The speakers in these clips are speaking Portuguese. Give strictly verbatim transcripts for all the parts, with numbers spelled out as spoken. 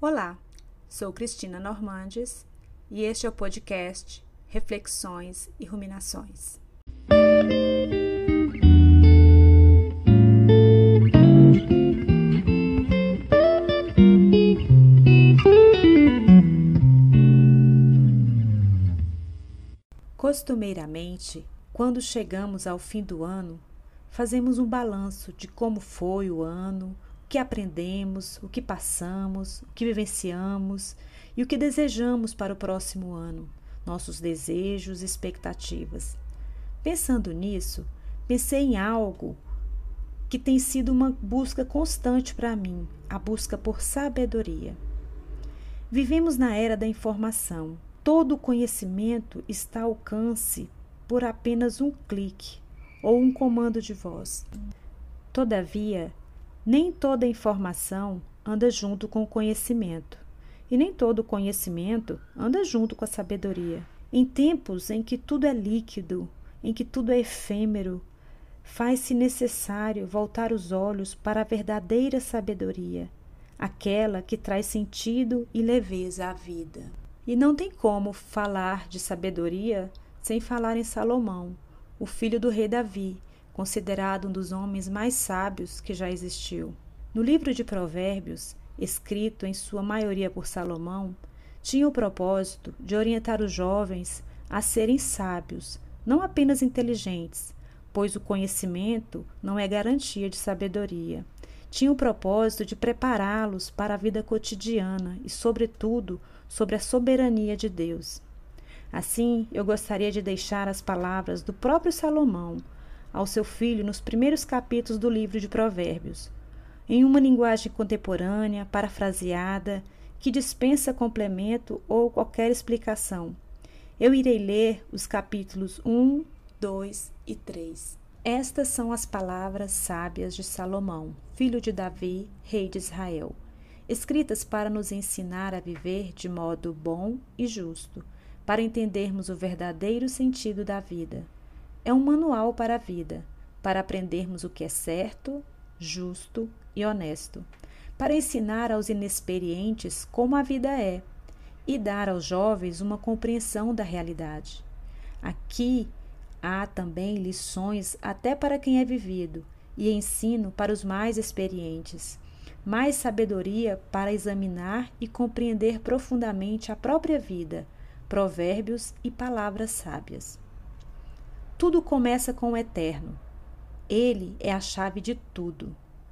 Olá, sou Cristina Normandes e este é o podcast Reflexões e Ruminações. Costumeiramente, quando chegamos ao fim do ano, fazemos um balanço de como foi o ano, o que aprendemos, o que passamos, o que vivenciamos e o que desejamos para o próximo ano, nossos desejos e expectativas. Pensando nisso, pensei em algo que tem sido uma busca constante para mim, a busca por sabedoria. Vivemos na era da informação. Todo o conhecimento está ao alcance por apenas um clique ou um comando de voz. Todavia, nem toda informação anda junto com o conhecimento, e nem todo conhecimento anda junto com a sabedoria. Em tempos em que tudo é líquido, em que tudo é efêmero, faz-se necessário voltar os olhos para a verdadeira sabedoria, aquela que traz sentido e leveza à vida. E não tem como falar de sabedoria sem falar em Salomão, o filho do rei Davi, considerado um dos homens mais sábios que já existiu. No livro de Provérbios, escrito em sua maioria por Salomão, tinha o propósito de orientar os jovens a serem sábios, não apenas inteligentes, pois o conhecimento não é garantia de sabedoria. Tinha o propósito de prepará-los para a vida cotidiana e, sobretudo, sobre a soberania de Deus. Assim, eu gostaria de deixar as palavras do próprio Salomão ao seu filho nos primeiros capítulos do livro de Provérbios, em uma linguagem contemporânea, parafraseada, que dispensa complemento ou qualquer explicação. Eu irei ler os capítulos um, dois e três. Estas são as palavras sábias de Salomão, filho de Davi, rei de Israel, escritas para nos ensinar a viver de modo bom e justo, para entendermos o verdadeiro sentido da vida. É um manual para a vida, para aprendermos o que é certo, justo e honesto, para ensinar aos inexperientes como a vida é e dar aos jovens uma compreensão da realidade. Aqui há também lições até para quem é vivido e ensino para os mais experientes, mais sabedoria para examinar e compreender profundamente a própria vida, provérbios e palavras sábias. Tudo começa com o eterno. Ele é a chave de tudo.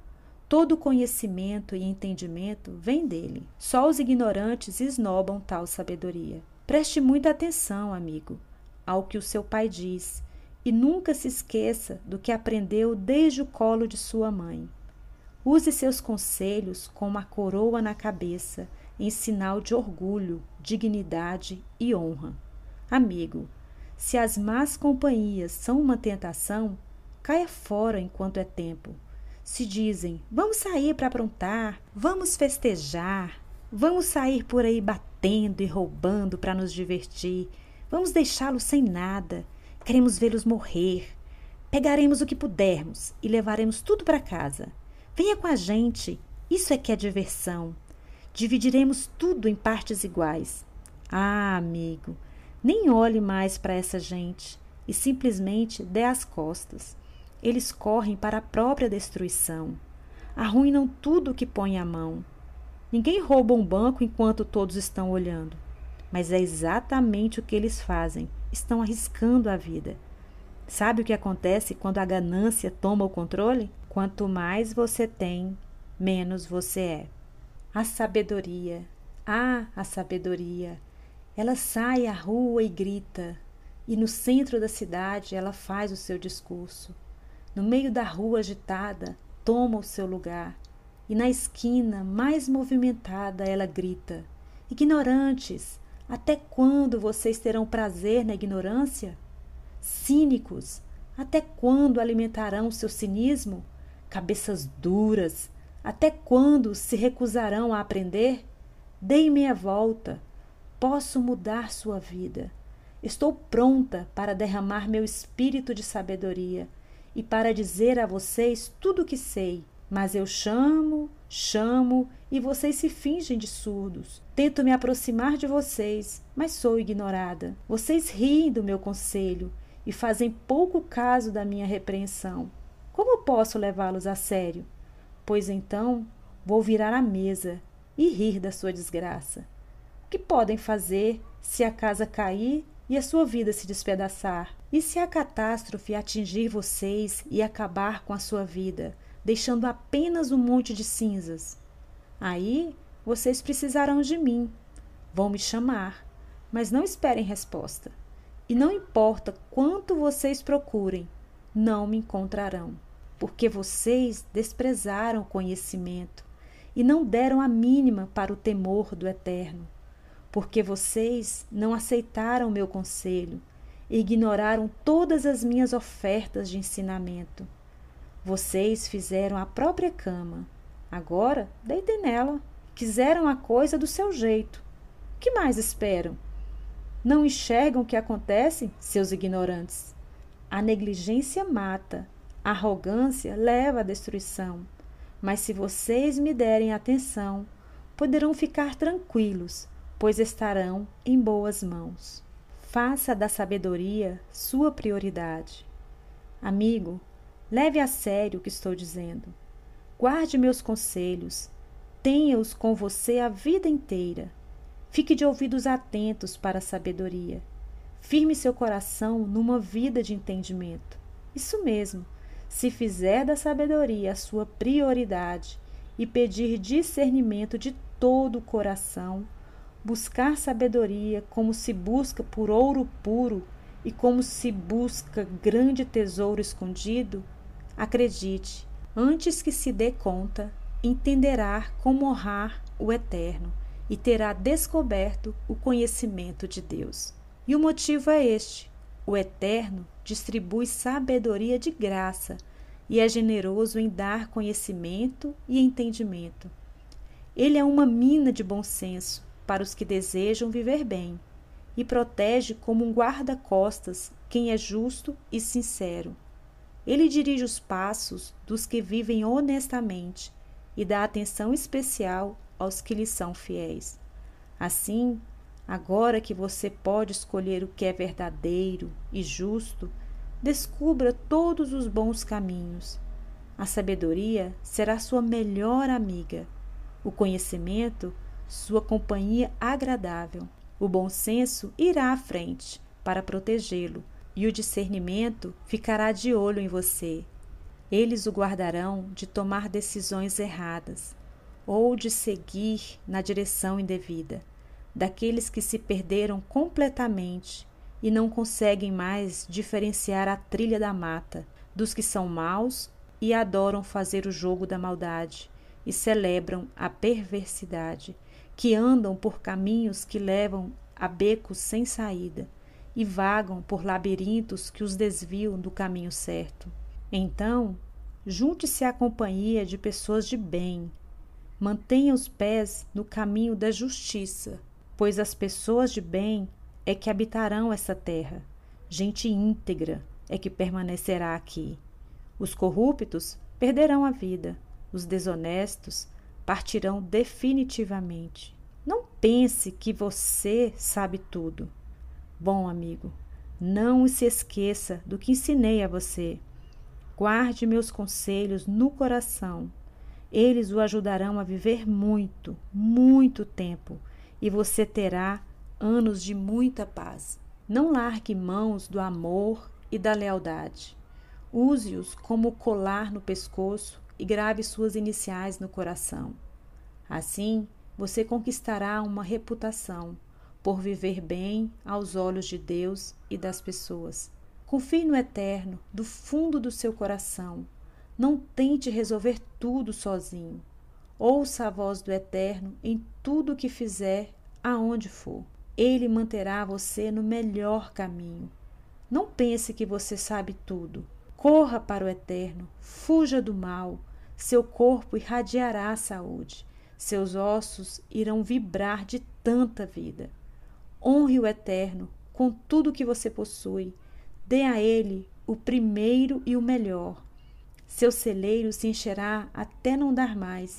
Todo conhecimento e entendimento vem dele. Só os ignorantes esnobam tal sabedoria. Preste muita atenção, amigo, ao que o seu pai diz, e nunca se esqueça do que aprendeu desde o colo de sua mãe. Use seus conselhos com uma coroa na cabeça, em sinal de orgulho, dignidade e honra. Amigo, se as más companhias são uma tentação, caia fora enquanto é tempo. Se dizem, vamos sair para aprontar, vamos festejar, vamos sair por aí batendo e roubando para nos divertir, vamos deixá-los sem nada, queremos vê-los morrer, pegaremos o que pudermos e levaremos tudo para casa. Venha com a gente, isso é que é diversão. Dividiremos tudo em partes iguais. Ah, amigo, nem olhe mais para essa gente e simplesmente dê as costas. Eles correm para a própria destruição. Arruinam tudo o que põem à mão. Ninguém rouba um banco enquanto todos estão olhando. Mas é exatamente o que eles fazem. Estão arriscando a vida. Sabe o que acontece quando a ganância toma o controle? Quanto mais você tem, menos você é. A sabedoria, ah, a sabedoria, ela sai à rua e grita, e no centro da cidade ela faz o seu discurso. No meio da rua agitada, toma o seu lugar, e na esquina mais movimentada ela grita, ignorantes, até quando vocês terão prazer na ignorância? Cínicos, até quando alimentarão seu cinismo? Cabeças duras, até quando se recusarão a aprender? Dei meia volta. Posso mudar sua vida. Estou pronta para derramar meu espírito de sabedoria e para dizer a vocês tudo o que sei. Mas eu chamo, Chamo e vocês se fingem de surdos. Tento me aproximar de vocês, mas sou ignorada. Vocês riem do meu conselho e fazem pouco caso da minha repreensão. Como posso levá-los a sério? Pois então vou virar a mesa e rir da sua desgraça. O que podem fazer se a casa cair e a sua vida se despedaçar? E se a catástrofe atingir vocês e acabar com a sua vida, deixando apenas um monte de cinzas? Aí vocês precisarão de mim. Vão me chamar, mas não esperem resposta. E não importa quanto vocês procurem, não me encontrarão, porque vocês desprezaram o conhecimento e não deram a mínima para o temor do Eterno, porque vocês não aceitaram o meu conselho e ignoraram todas as minhas ofertas de ensinamento. Vocês fizeram a própria cama, agora deitem nela. Quiseram a coisa do seu jeito. O que mais esperam? Não enxergam o que acontece, seus ignorantes? A negligência mata, a arrogância leva à destruição. Mas se vocês me derem atenção, poderão ficar tranquilos, pois estarão em boas mãos. Faça da sabedoria sua prioridade. Amigo, leve a sério o que estou dizendo. Guarde meus conselhos, tenha-os com você a vida inteira. Fique de ouvidos atentos para a sabedoria. Firme seu coração numa vida de entendimento. Isso mesmo, se fizer da sabedoria a sua prioridade e pedir discernimento de todo o coração, buscar sabedoria como se busca por ouro puro e como se busca grande tesouro escondido, acredite, antes que se dê conta, entenderá como honrar o Eterno e terá descoberto o conhecimento de Deus. E o motivo é este: o Eterno distribui sabedoria de graça e é generoso em dar conhecimento e entendimento. Ele é uma mina de bom senso para os que desejam viver bem e protege como um guarda-costas quem é justo e sincero. Ele dirige os passos dos que vivem honestamente e dá atenção especial aos que lhe são fiéis. Assim, agora que você pode escolher o que é verdadeiro e justo, descubra todos os bons caminhos. A sabedoria será sua melhor amiga, o conhecimento, sua companhia agradável. O bom senso irá à frente para protegê-lo e o discernimento ficará de olho em você. Eles o guardarão de tomar decisões erradas ou de seguir na direção indevida, daqueles que se perderam completamente e não conseguem mais diferenciar a trilha da mata, dos que são maus e adoram fazer o jogo da maldade e celebram a perversidade, que andam por caminhos que levam a becos sem saída e vagam por labirintos que os desviam do caminho certo. Então, junte-se à companhia de pessoas de bem. Mantenha os pés no caminho da justiça, pois as pessoas de bem é que habitarão essa terra. Gente íntegra é que permanecerá aqui. Os corruptos perderão a vida. Os desonestos partirão definitivamente. Não pense que você sabe tudo. Bom amigo, não se esqueça do que ensinei a você. Guarde meus conselhos no coração. Eles o ajudarão a viver muito, muito tempo, e você terá anos de muita paz. Não largue mãos do amor e da lealdade. Use-os como colar no pescoço e grave suas iniciais no coração. Assim, você conquistará uma reputação por viver bem aos olhos de Deus e das pessoas. Confie no Eterno do fundo do seu coração. Não tente resolver tudo sozinho. Ouça a voz do Eterno em tudo o que fizer, aonde for. Ele manterá você no melhor caminho. Não pense que você sabe tudo. Corra para o Eterno, fuja do mal. Seu corpo irradiará a saúde. Seus ossos irão vibrar de tanta vida. Honre o Eterno com tudo que você possui. Dê a Ele o primeiro e o melhor. Seu celeiro se encherá até não dar mais.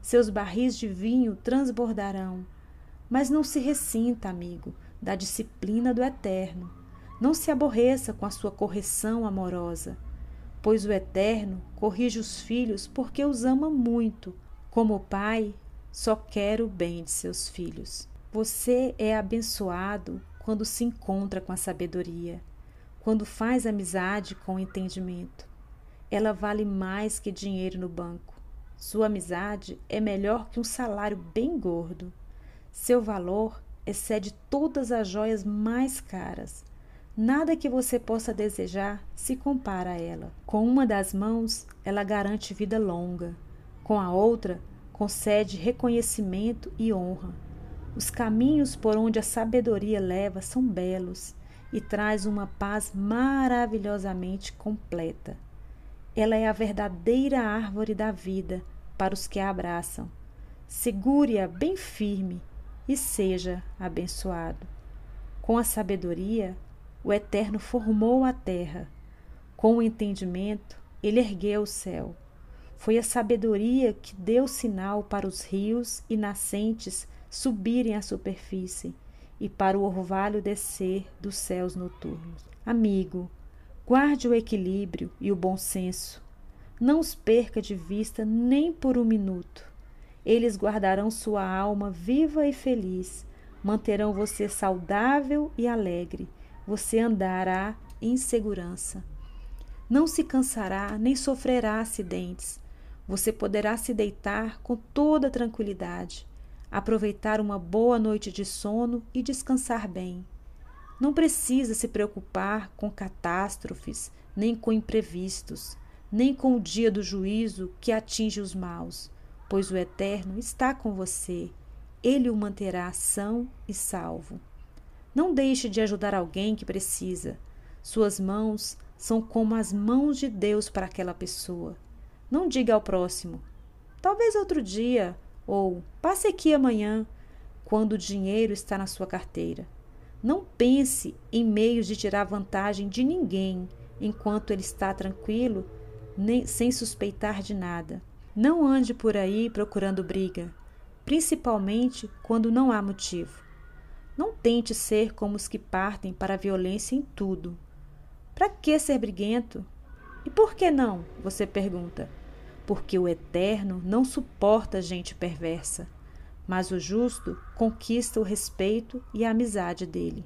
seus barris de vinho transbordarão. Mas não se ressinta, amigo, da disciplina do Eterno. Não se aborreça com a sua correção amorosa, pois o Eterno corrige os filhos porque os ama muito. Como o Pai, só quer o bem de seus filhos. Você é abençoado quando se encontra com a sabedoria, quando faz amizade com o entendimento. Ela vale mais que dinheiro no banco. Sua amizade é melhor que um salário bem gordo. Seu valor excede todas as joias mais caras. Nada que você possa desejar se compara a ela. Com uma das mãos, ela garante vida longa. Com a outra, concede reconhecimento e honra. Os caminhos por onde a sabedoria leva são belos e traz uma paz maravilhosamente completa. Ela é a verdadeira árvore da vida para os que a abraçam. Segure-a bem firme e seja abençoado. Com a sabedoria, o Eterno formou a terra. Com o entendimento, ele ergueu o céu. Foi a sabedoria que deu sinal para os rios e nascentes subirem à superfície e para o orvalho descer dos céus noturnos. Amigo, guarde o equilíbrio e o bom senso. Não os perca de vista nem por um minuto. Eles guardarão sua alma viva e feliz, manterão você saudável e alegre. Você andará em segurança. Não se cansará nem sofrerá acidentes. Você poderá se deitar com toda tranquilidade, aproveitar uma boa noite de sono e descansar bem. Não precisa se preocupar com catástrofes, nem com imprevistos, nem com o dia do juízo que atinge os maus, pois o Eterno está com você. Ele o manterá são e salvo. Não deixe de ajudar alguém que precisa. Suas mãos são como as mãos de Deus para aquela pessoa. Não diga ao próximo, talvez outro dia, ou passe aqui amanhã, quando o dinheiro está na sua carteira. Não pense em meios de tirar vantagem de ninguém enquanto ele está tranquilo, nem, sem suspeitar de nada. Não ande por aí procurando briga, principalmente quando não há motivo. Não tente ser como os que partem para a violência em tudo. Para que ser briguento? E por que não? Você pergunta. Porque o Eterno não suporta gente perversa, mas o justo conquista o respeito e a amizade dele.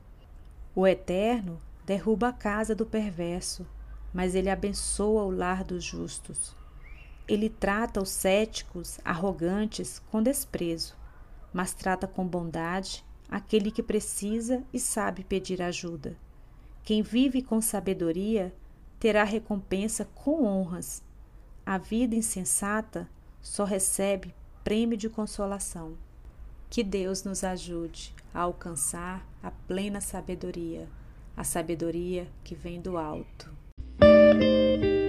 O Eterno derruba a casa do perverso, mas ele abençoa o lar dos justos. Ele trata os céticos, arrogantes, com desprezo, mas trata com bondade aquele que precisa e sabe pedir ajuda. Quem vive com sabedoria terá recompensa com honras. A vida insensata só recebe prêmio de consolação. Que Deus nos ajude a alcançar a plena sabedoria, a sabedoria que vem do alto.